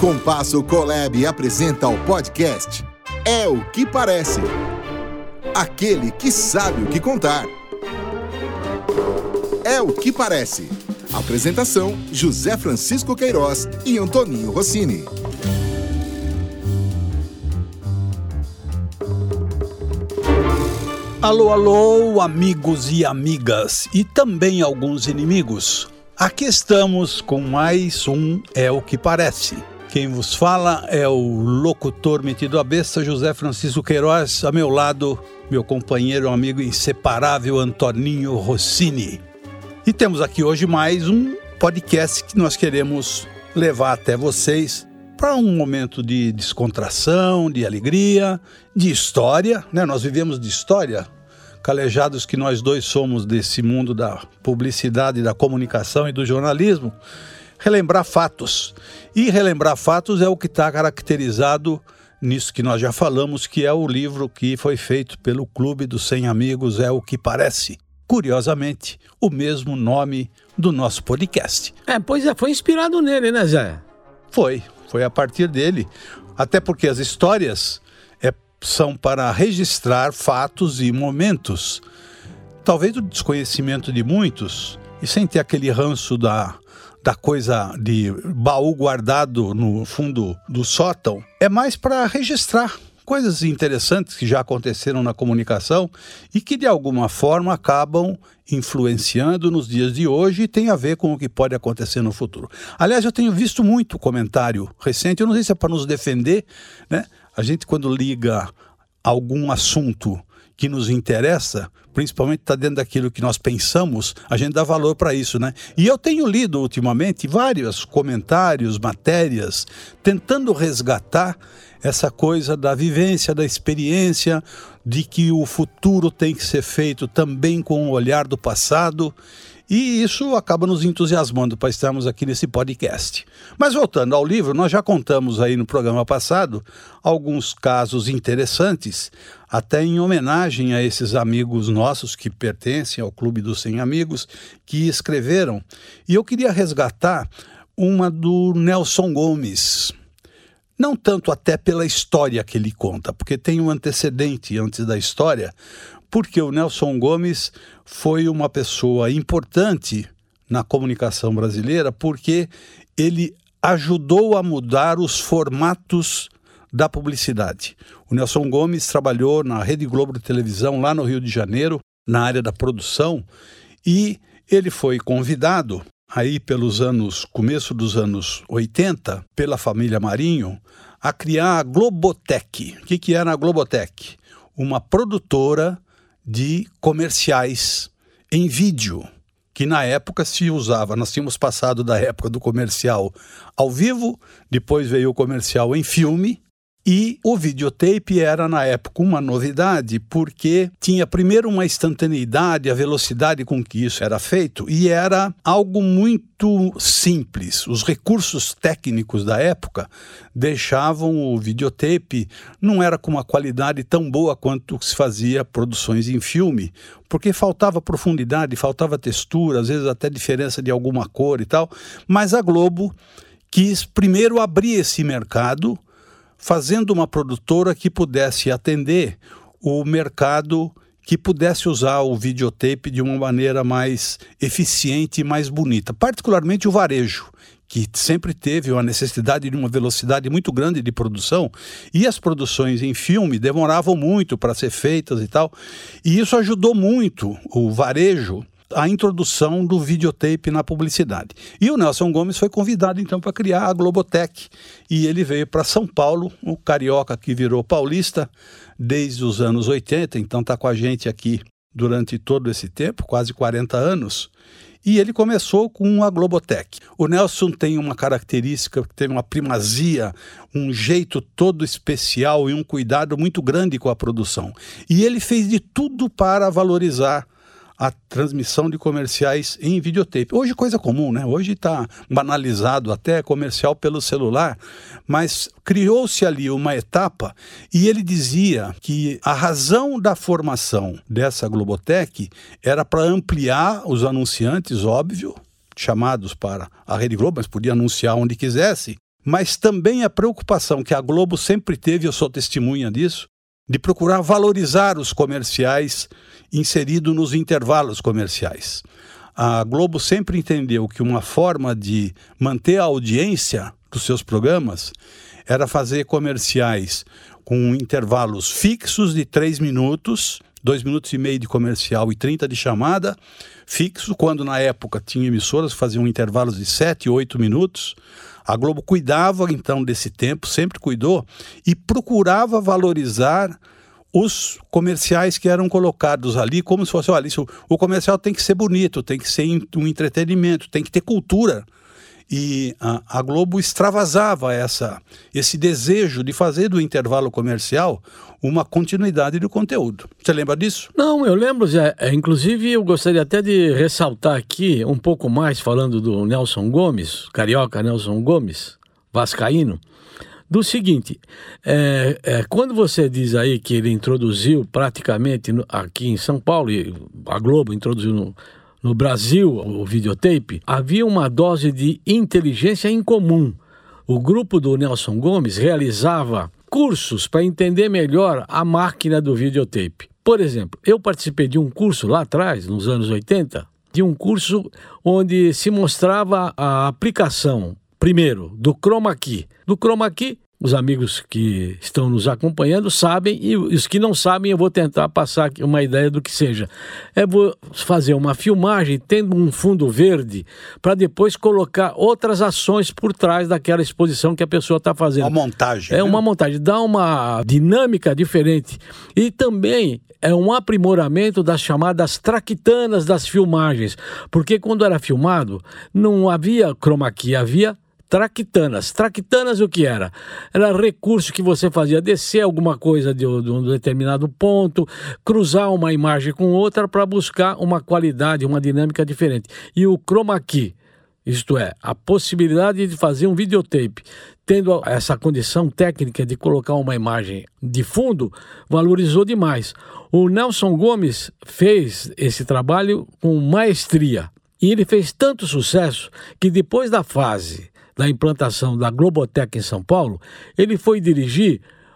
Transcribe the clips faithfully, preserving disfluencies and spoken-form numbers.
Compasso Colab apresenta o podcast É o que Parece. Aquele que sabe o que contar. É o que Parece. Apresentação: José Francisco Queiroz e Antoninho Rossini. Alô, alô, amigos e amigas, e também alguns inimigos. Aqui estamos com mais um É o que Parece. Quem vos fala é o locutor metido à besta, José Francisco Queiroz. A meu lado, meu companheiro, amigo inseparável, Antoninho Rossini. E temos aqui hoje mais um podcast que nós queremos levar até vocês para um momento de descontração, de alegria, de história, né? Nós vivemos de história, calejados que nós dois somos desse mundo da publicidade, da comunicação e do jornalismo. Relembrar fatos. E relembrar fatos é o que está caracterizado nisso que nós já falamos, que é o livro que foi feito pelo Clube dos cem Amigos, É o que Parece. Curiosamente, o mesmo nome do nosso podcast. É, pois é, foi inspirado nele, né, Zé? Foi, foi a partir dele. Até porque as histórias é, são para registrar fatos e momentos, talvez do desconhecimento de muitos, e sem ter aquele ranço da... da coisa de baú guardado no fundo do sótão, é mais para registrar coisas interessantes que já aconteceram na comunicação e que de alguma forma acabam influenciando nos dias de hoje e tem a ver com o que pode acontecer no futuro. Aliás, eu tenho visto muito comentário recente, eu não sei se é para nos defender, né? A gente quando liga algum assunto que nos interessa, principalmente está dentro daquilo que nós pensamos, a gente dá valor para isso, né? E eu tenho lido ultimamente vários comentários, matérias, tentando resgatar essa coisa da vivência, da experiência, de que o futuro tem que ser feito também com o olhar do passado, e isso acaba nos entusiasmando para estarmos aqui nesse podcast. Mas voltando ao livro, nós já contamos aí no programa passado alguns casos interessantes, até em homenagem a esses amigos nossos que pertencem ao Clube dos cem Amigos, que escreveram. E eu queria resgatar uma do Nelson Gomes. Não tanto até pela história que ele conta, porque tem um antecedente antes da história, porque o Nelson Gomes foi uma pessoa importante na comunicação brasileira, porque ele ajudou a mudar os formatos da publicidade. O Nelson Gomes trabalhou na Rede Globo de televisão lá no Rio de Janeiro, na área da produção, e ele foi convidado aí pelos anos, começo dos anos oitenta, pela família Marinho, a criar a Globotech. O que, que era a Globotech? Uma produtora de comerciais em vídeo, que na época se usava. Nós tínhamos passado da época do comercial ao vivo, depois veio o comercial em filme, e o videotape era, na época, uma novidade, porque tinha primeiro uma instantaneidade, a velocidade com que isso era feito, e era algo muito simples. Os recursos técnicos da época deixavam o videotape, não era com uma qualidade tão boa quanto se fazia produções em filme, porque faltava profundidade, faltava textura, às vezes até diferença de alguma cor e tal, mas a Globo quis primeiro abrir esse mercado, fazendo uma produtora que pudesse atender o mercado, que pudesse usar o videotape de uma maneira mais eficiente e mais bonita, particularmente o varejo, que sempre teve uma necessidade de uma velocidade muito grande de produção, e as produções em filme demoravam muito para ser feitas e tal, e isso ajudou muito o varejo a introdução do videotape na publicidade. E o Nelson Gomes foi convidado então para criar a Globotech, e ele veio para São Paulo, o carioca que virou paulista desde os anos oitenta, então está com a gente aqui durante todo esse tempo, quase quarenta anos, e ele começou com a Globotech. O Nelson tem uma característica, tem uma primazia, um jeito todo especial e um cuidado muito grande com a produção, e ele fez de tudo para valorizar a transmissão de comerciais em videotape. Hoje coisa comum, né? Hoje está banalizado até comercial pelo celular, mas criou-se ali uma etapa e ele dizia que a razão da formação dessa Globotech era para ampliar os anunciantes, óbvio, chamados para a Rede Globo, mas podia anunciar onde quisesse, mas também a preocupação que a Globo sempre teve, eu sou testemunha disso, de procurar valorizar os comerciais inseridos nos intervalos comerciais. A Globo sempre entendeu que uma forma de manter a audiência dos seus programas era fazer comerciais com intervalos fixos de três minutos, dois minutos e meio de comercial e trinta de chamada, fixo, quando na época tinha emissoras que faziam intervalos de sete, oito minutos. A Globo cuidava então desse tempo, sempre cuidou, e procurava valorizar os comerciais que eram colocados ali, como se fosse, olha, isso, o comercial tem que ser bonito, tem que ser um entretenimento, tem que ter cultura. E a, a Globo extravasava essa, esse desejo de fazer do intervalo comercial uma continuidade do conteúdo. Você lembra disso? Não, eu lembro, Zé. É, inclusive, eu gostaria até de ressaltar aqui um pouco mais, falando do Nelson Gomes, carioca Nelson Gomes, vascaíno, do seguinte, é, é, quando você diz aí que ele introduziu praticamente no, aqui em São Paulo, e a Globo introduziu no, no Brasil o videotape, havia uma dose de inteligência em comum. O grupo do Nelson Gomes realizava cursos para entender melhor a máquina do videotape. Por exemplo, eu participei de um curso lá atrás, nos anos oitenta, de um curso onde se mostrava a aplicação, primeiro, do Chroma Key. Do Chroma Key, os amigos que estão nos acompanhando sabem, e os que não sabem eu vou tentar passar aqui uma ideia do que seja. É vou fazer uma filmagem tendo um fundo verde para depois colocar outras ações por trás daquela exposição que a pessoa está fazendo. Uma montagem. É né? uma montagem, dá uma dinâmica diferente. E também é um aprimoramento das chamadas traquitanas das filmagens, porque quando era filmado não havia chroma key, havia traquitanas. Traquitanas o que era? Era recurso que você fazia descer alguma coisa de, de um determinado ponto, cruzar uma imagem com outra para buscar uma qualidade, uma dinâmica diferente. E o chroma key, isto é, a possibilidade de fazer um videotape, tendo essa condição técnica de colocar uma imagem de fundo, valorizou demais. O Nelson Gomes fez esse trabalho com maestria. E ele fez tanto sucesso que depois da fase da implantação da Globotech em São Paulo, ele foi dirigir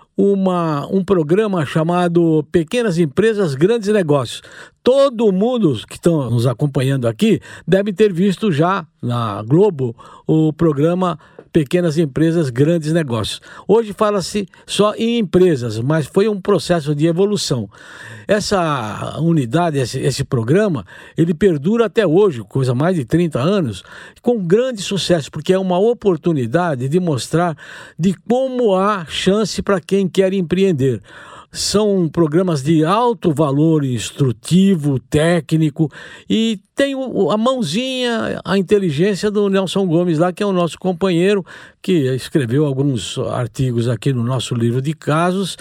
uma, um programa chamado Pequenas Empresas, Grandes Negócios. Todo mundo que estão nos acompanhando aqui deve ter visto já na Globo o programa Pequenas Empresas, Grandes Negócios. Hoje fala-se só em empresas, mas foi um processo de evolução. Essa unidade, esse, esse programa, ele perdura até hoje, coisa mais de trinta anos, com grande sucesso, porque é uma oportunidade de mostrar de como há chance para quem quer empreender. São programas de alto valor instrutivo, técnico, e tem o, a mãozinha, a inteligência do Nelson Gomes lá, que é o nosso companheiro, que escreveu alguns artigos aqui no nosso livro de casos,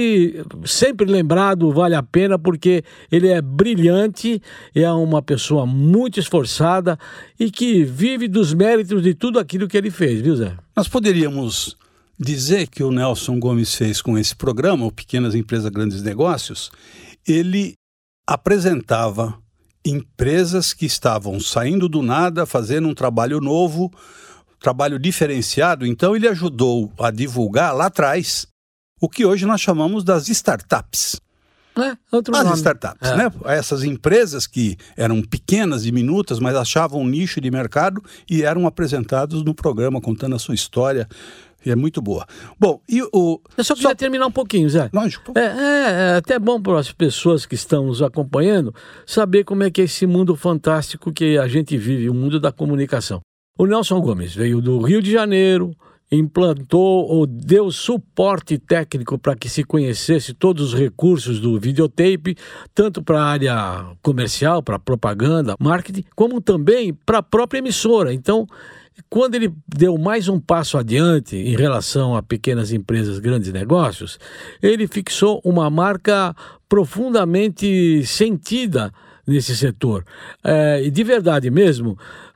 e sempre lembrado, vale a pena, porque ele é brilhante, é uma pessoa muito esforçada e que vive dos méritos de tudo aquilo que ele fez, viu, Zé? Nós poderíamos dizer que o Nelson Gomes fez com esse programa, o Pequenas Empresas, Grandes Negócios, ele apresentava empresas que estavam saindo do nada, fazendo um trabalho novo, trabalho diferenciado. Então ele ajudou a divulgar lá atrás o que hoje nós chamamos das startups. É, outro As nome. startups, É. né? Essas empresas que eram pequenas, diminutas, mas achavam um nicho de mercado e eram apresentados no programa, contando a sua história. E é muito boa. Bom, e o... Eu só queria só... terminar um pouquinho, Zé. Lógico. É, é, é até bom para as pessoas que estão nos acompanhando saber como é que é esse mundo fantástico que a gente vive, o mundo da comunicação. O Nelson Gomes veio do Rio de Janeiro, implantou ou deu suporte técnico para que se conhecesse todos os recursos do videotape, tanto para a área comercial, para propaganda, marketing, como também para a própria emissora. Então, quando ele deu mais um passo adiante em relação a pequenas empresas, grandes negócios, ele fixou uma marca profundamente sentida nesse setor. É, e de verdade mesmo,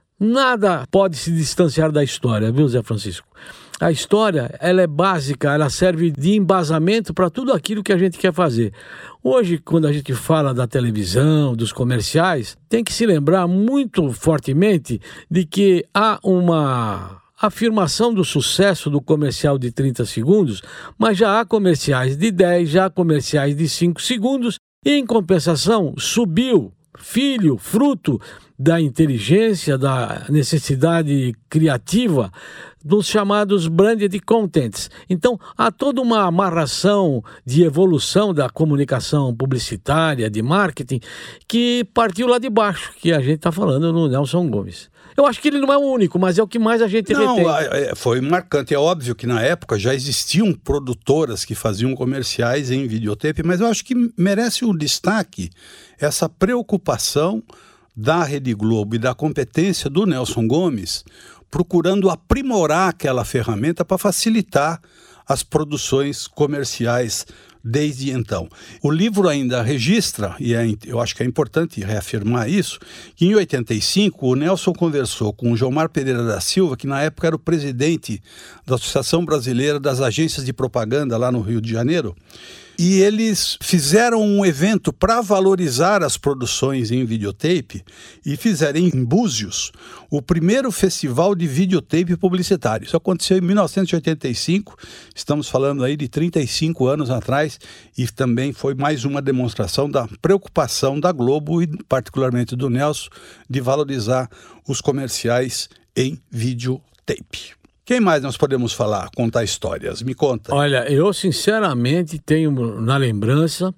nada pode se distanciar da história, viu, Zé Francisco? A história, ela é básica, ela serve de embasamento para tudo aquilo que a gente quer fazer. Hoje, quando a gente fala da televisão, dos comerciais, tem que se lembrar muito fortemente de que há uma afirmação do sucesso do comercial de trinta segundos, mas já há comerciais de dez, já há comerciais de cinco segundos, e em compensação subiu, filho, fruto da inteligência, da necessidade criativa, dos chamados branded contents. Então, há toda uma amarração de evolução da comunicação publicitária, de marketing, que partiu lá de baixo, que a gente está falando no Nelson Gomes. Eu acho que ele não é o único, mas é o que mais a gente Não, retém. foi marcante. É óbvio que na época já existiam produtoras que faziam comerciais em videotape, mas eu acho que merece um destaque essa preocupação da Rede Globo e da competência do Nelson Gomes, procurando aprimorar aquela ferramenta para facilitar as produções comerciais desde então. O livro ainda registra, e é, eu acho que é importante reafirmar isso, que em oitenta e cinco o Nelson conversou com o Gilmar Pereira da Silva, que na época era o presidente da Associação Brasileira das Agências de Propaganda lá no Rio de Janeiro, e eles fizeram um evento para valorizar as produções em videotape e fizeram em Búzios o primeiro festival de videotape publicitário. Isso aconteceu em mil novecentos e oitenta e cinco, estamos falando aí de trinta e cinco anos atrás, e também foi mais uma demonstração da preocupação da Globo e particularmente do Nelson de valorizar os comerciais em videotape. Quem mais nós podemos falar, contar histórias? Me conta. Olha, eu sinceramente tenho na lembrança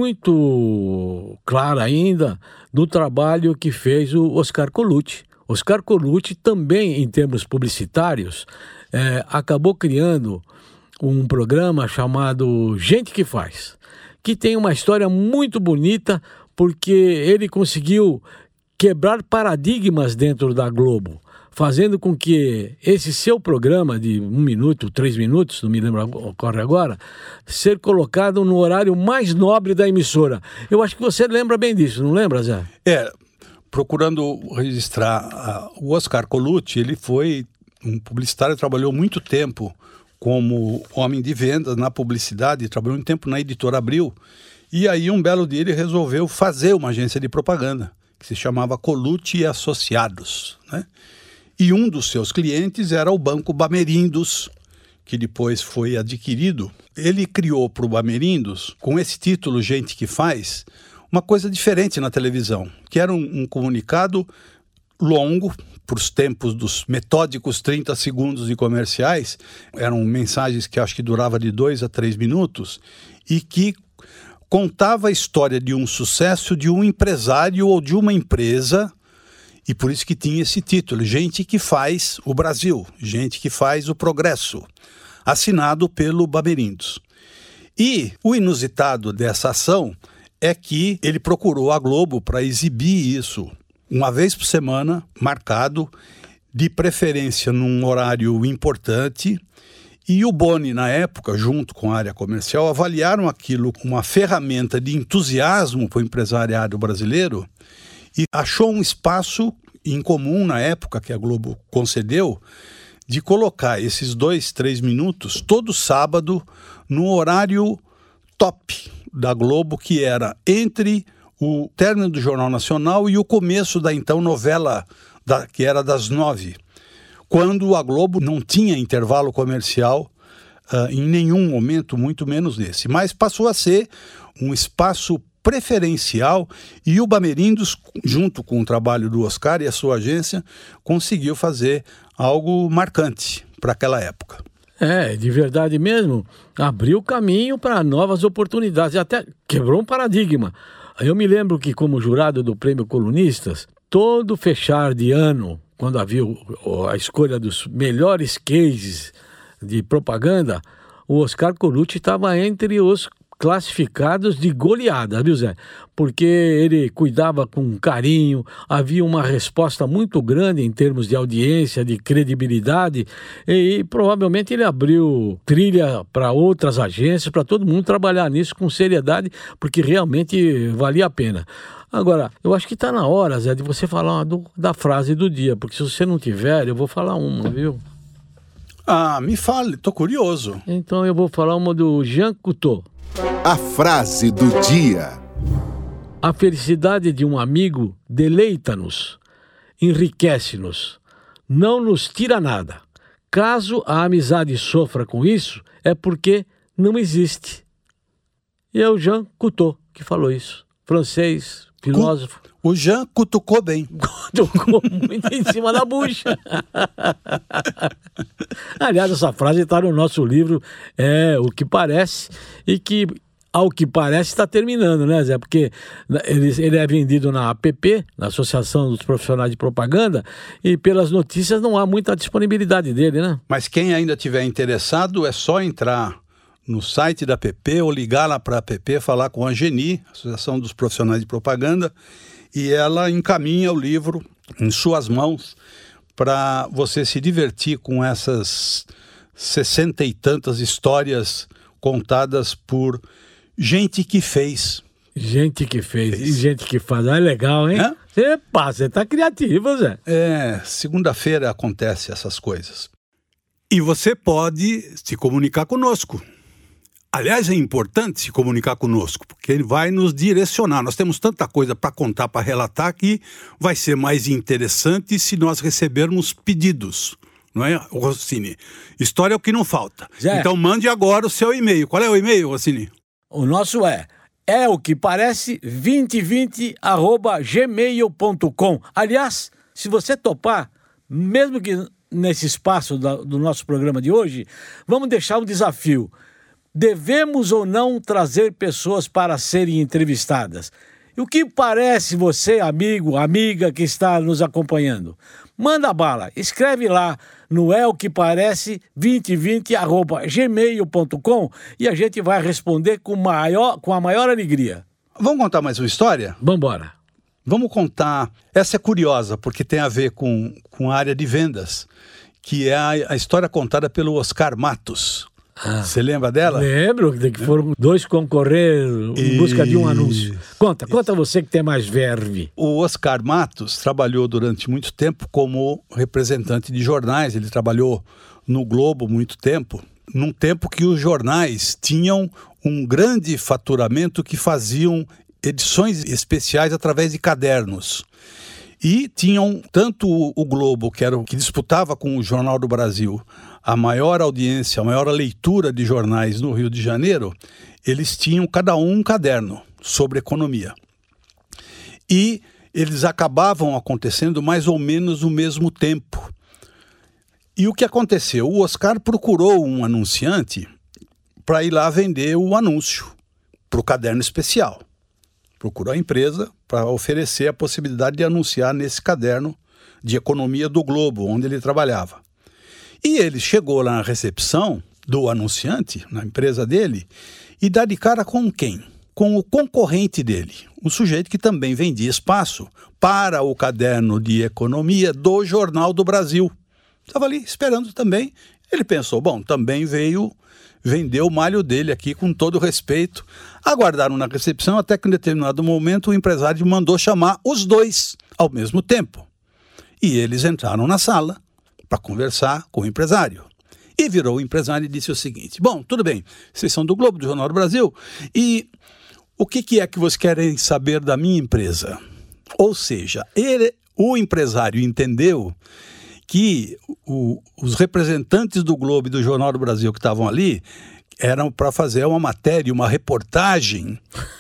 muito clara ainda do trabalho que fez o Oscar Colucci. Oscar Colucci também, em termos publicitários, é, acabou criando um programa chamado Gente que Faz, que tem uma história muito bonita porque ele conseguiu quebrar paradigmas dentro da Globo, fazendo com que esse seu programa de um minuto, três minutos, não me lembro, ocorre agora, ser colocado no horário mais nobre da emissora. Eu acho que você lembra bem disso, não lembra, Zé? É, procurando registrar, uh, o Oscar Colucci, ele foi um publicitário, trabalhou muito tempo como homem de vendas na publicidade, trabalhou muito tempo na Editora Abril, e aí um belo dia ele resolveu fazer uma agência de propaganda, que se chamava Colucci e Associados, né? E um dos seus clientes era o Banco Bamerindos, que depois foi adquirido. Ele criou para o Bamerindos, com esse título Gente que Faz, uma coisa diferente na televisão, que era um, um comunicado longo, para os tempos dos metódicos trinta segundos de comerciais, eram mensagens que acho que duravam de dois a três minutos, e que contava a história de um sucesso de um empresário ou de uma empresa. E por isso que tinha esse título, Gente que Faz o Brasil, Gente que Faz o Progresso, assinado pelo Bamerindos. E o inusitado dessa ação é que ele procurou a Globo para exibir isso uma vez por semana, marcado, de preferência num horário importante, e o Boni, na época, junto com a área comercial, avaliaram aquilo como uma ferramenta de entusiasmo para o empresariado brasileiro, e achou um espaço em comum na época que a Globo concedeu de colocar esses dois, três minutos todo sábado no horário top da Globo, que era entre o término do Jornal Nacional e o começo da então novela, da, que era das nove, quando a Globo não tinha intervalo comercial uh, em nenhum momento, muito menos nesse, mas passou a ser um espaço preferencial, e o Bamerindos, junto com o trabalho do Oscar e a sua agência, conseguiu fazer algo marcante para aquela época. É, de verdade mesmo, abriu caminho para novas oportunidades, até quebrou um paradigma. Eu me lembro que, como jurado do Prêmio Colunistas, todo fechar de ano, quando havia a escolha dos melhores cases de propaganda, o Oscar Colucci estava entre os classificados de goleada, viu, Zé? Porque ele cuidava com carinho, havia uma resposta muito grande em termos de audiência, de credibilidade, e, e provavelmente ele abriu trilha para outras agências, para todo mundo trabalhar nisso com seriedade, porque realmente valia a pena. Agora, eu acho que está na hora, Zé, de você falar uma do, da frase do dia, porque se você não tiver, eu vou falar uma, viu? Ah, me fale, tô curioso. Então eu vou falar uma do Jean Cousteau. A frase do dia. A felicidade de um amigo deleita-nos, enriquece-nos, não nos tira nada, Caso a amizade sofra com isso, é porque não existe. E é o Jean Cocteau que falou isso. Francês, filósofo. O Jean cutucou bem. Cutucou muito em cima da bucha. Aliás, essa frase está no nosso livro, é O Que Parece, e que, ao que parece, está terminando, né, Zé? Porque ele, ele é vendido na A P P, na Associação dos Profissionais de Propaganda, e pelas notícias não há muita disponibilidade dele, né? Mas quem ainda tiver interessado, é só entrar no site da A P P ou ligar lá para a A P P, falar com a Geni, Associação dos Profissionais de Propaganda, e ela encaminha o livro em suas mãos para você se divertir com essas sessenta e tantas histórias contadas por gente que fez. Gente que fez, fez. E gente que faz. Ah, é legal, hein? Você passa, você tá criativo, Zé. É, segunda-feira acontece essas coisas. E você pode se comunicar conosco. Aliás, é importante se comunicar conosco, porque ele vai nos direcionar. Nós temos tanta coisa para contar, para relatar, que vai ser mais interessante se nós recebermos pedidos. Não é, Rossini? História é o que não falta. Já então, mande agora o seu e-mail. Qual é o e-mail, Rossini? O nosso é é o que parece vinte e vinte arroba gmail ponto com. Aliás, se você topar, mesmo que nesse espaço da, do nosso programa de hoje, vamos deixar um desafio. Devemos ou não trazer pessoas para serem entrevistadas? E o que parece você, amigo, amiga que está nos acompanhando? Manda bala, escreve lá no é o que parece vinte e vinte arroba gmail ponto com e a gente vai responder com, maior, com a maior alegria. Vamos contar mais uma história? Vamos embora. Vamos contar, essa é curiosa porque tem a ver com, com a área de vendas, que é a, a história contada pelo Oscar Matos. Você ah, lembra dela? Lembro, que foram dois concorrer em busca de um anúncio. Conta, Isso. conta você que tem mais verve. O Oscar Matos trabalhou durante muito tempo como representante de jornais. Ele trabalhou no Globo muito tempo, num tempo que os jornais tinham um grande faturamento, que faziam edições especiais através de cadernos. E tinham tanto o Globo, que era o que disputava com o Jornal do Brasil a maior audiência, a maior leitura de jornais no Rio de Janeiro, eles tinham cada um um caderno sobre economia. E eles acabavam acontecendo mais ou menos no mesmo tempo. E o que aconteceu? O Oscar procurou um anunciante para ir lá vender o anúncio para o caderno especial. Procurou a empresa para oferecer a possibilidade de anunciar nesse caderno de economia do Globo, onde ele trabalhava. E ele chegou lá na recepção do anunciante, na empresa dele, e dá de cara com quem? Com o concorrente dele, um sujeito que também vendia espaço para o caderno de economia do Jornal do Brasil. Estava ali esperando também. Ele pensou, bom, também veio vender o malho dele aqui com todo respeito. Aguardaram na recepção até que em determinado momento o empresário mandou chamar os dois ao mesmo tempo. E eles entraram na sala para conversar com o empresário. E virou o empresário e disse o seguinte, bom, tudo bem, vocês são do Globo, do Jornal do Brasil, e o que, que é que vocês querem saber da minha empresa? Ou seja, ele, o empresário entendeu que o, os representantes do Globo e do Jornal do Brasil que estavam ali eram para fazer uma matéria, uma reportagem,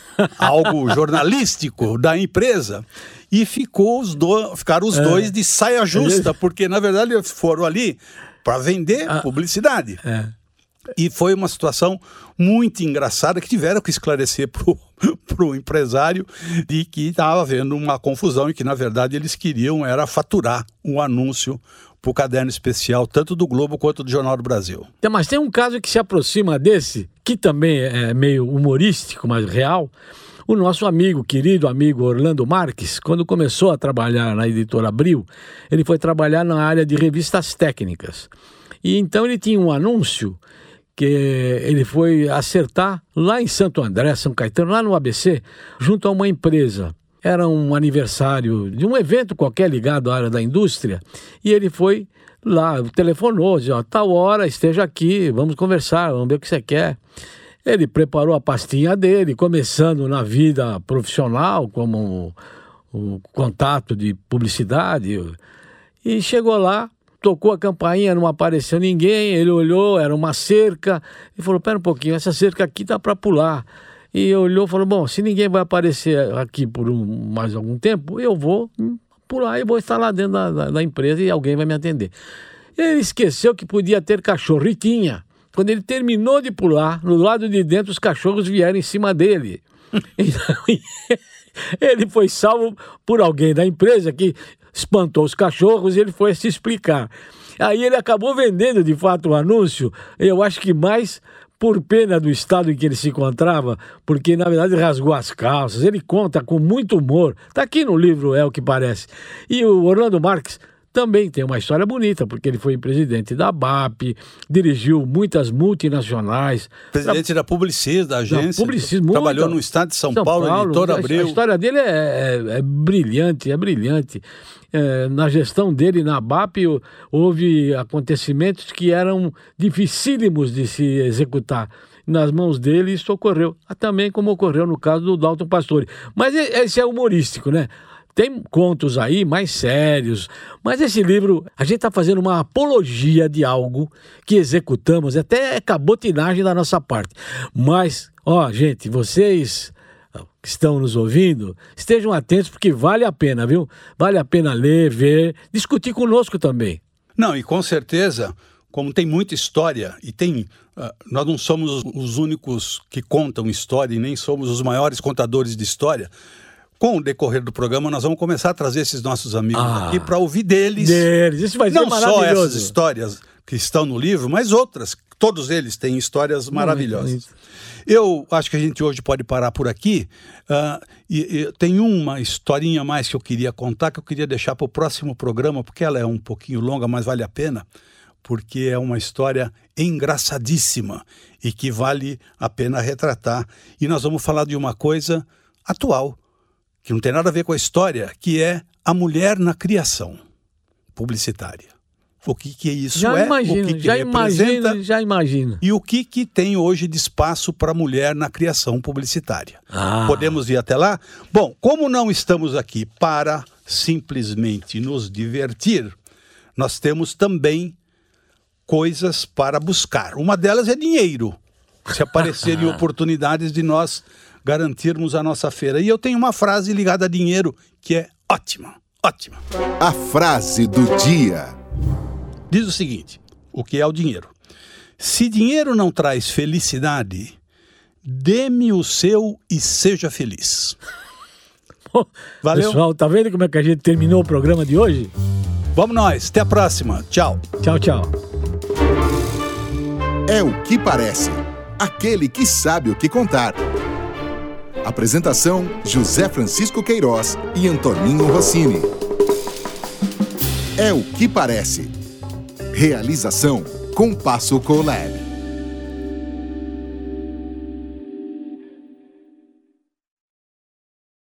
algo jornalístico da empresa, e ficou os do, ficaram os é. dois de saia justa, porque na verdade eles foram ali para vender ah. publicidade. É. E foi uma situação muito engraçada que tiveram que esclarecer para o empresário de que estava havendo uma confusão e que, na verdade, eles queriam era faturar um anúncio para o caderno especial, tanto do Globo quanto do Jornal do Brasil. Mas tem um caso que se aproxima desse, que também é meio humorístico, mas real. O nosso amigo, querido amigo Orlando Marques, quando começou a trabalhar na Editora Abril, ele foi trabalhar na área de revistas técnicas. E então ele tinha um anúncio que ele foi acertar lá em Santo André, São Caetano, lá no A B C, junto a uma empresa. Era um aniversário de um evento qualquer ligado à área da indústria, e ele foi lá, telefonou, disse, ó, tal hora, esteja aqui, vamos conversar, vamos ver o que você quer. Ele preparou a pastinha dele, começando na vida profissional, como o contato de publicidade, e chegou lá, tocou a campainha, não apareceu ninguém, ele olhou, era uma cerca, e falou, pera um pouquinho, essa cerca aqui dá para pular. E olhou e falou, bom, se ninguém vai aparecer aqui por um, mais algum tempo, eu vou pular e vou estar lá dentro da, da, da empresa e alguém vai me atender. Ele esqueceu que podia ter cachorro e tinha. Quando ele terminou de pular, no lado de dentro os cachorros vieram em cima dele. Então, ele foi salvo por alguém da empresa que espantou os cachorros e ele foi se explicar. Aí ele acabou vendendo de fato o anúncio, eu acho que mais por pena do estado em que ele se encontrava, porque na verdade rasgou as calças. Ele conta com muito humor, está aqui no livro É o que Parece. E o Orlando Marques também tem uma história bonita, porque ele foi presidente da B A P, dirigiu muitas multinacionais. Presidente tra... da Publicis, da agência. Da Publicis, muita... Trabalhou no estado de São, São Paulo, Paulo, editor Abreu. A história dele é, é, é brilhante, é brilhante. É, na gestão dele na B A P houve acontecimentos que eram dificílimos de se executar. Nas mãos dele isso ocorreu, também como ocorreu no caso do Dalton Pastore. Mas esse é humorístico, né? Tem contos aí mais sérios, mas esse livro, a gente está fazendo uma apologia de algo que executamos, até é cabotinagem da nossa parte. Mas, ó, gente, vocês que estão nos ouvindo, estejam atentos porque vale a pena, viu? Vale a pena ler, ver, discutir conosco também. Não, e com certeza, como tem muita história, e tem, uh, nós não somos os únicos que contam história e nem somos os maiores contadores de história. Com o decorrer do programa, nós vamos começar a trazer esses nossos amigos ah, aqui para ouvir deles. Deles, isso vai ser não maravilhoso. Não só essas histórias que estão no livro, mas outras. Todos eles têm histórias maravilhosas. Muito, muito. Eu acho que a gente hoje pode parar por aqui. Uh, e, e tem uma historinha mais que eu queria contar, que eu queria deixar para o próximo programa, porque ela é um pouquinho longa, mas vale a pena, porque é uma história engraçadíssima e que vale a pena retratar. E nós vamos falar de uma coisa atual, que não tem nada a ver com a história, que é a mulher na criação publicitária. O que, que isso já é, imagino, o que, que já representa imagino, já imagino. E o que, que tem hoje de espaço para a mulher na criação publicitária. Ah. Podemos ir até lá? Bom, como não estamos aqui para simplesmente nos divertir, nós temos também coisas para buscar. Uma delas é dinheiro, se aparecerem oportunidades de nós garantirmos a nossa feira. E eu tenho uma frase ligada a dinheiro que é ótima, ótima. A frase do dia. Diz o seguinte, o que é o dinheiro? Se dinheiro não traz felicidade, dê-me o seu e seja feliz. Valeu? Pessoal, tá vendo como é que a gente terminou o programa de hoje? Vamos nós, até a próxima. Tchau. Tchau, tchau. É o que parece. Aquele que sabe o que contar. Apresentação: José Francisco Queiroz e Antoninho Rossini. É o que parece. Realização: Compasso Colab.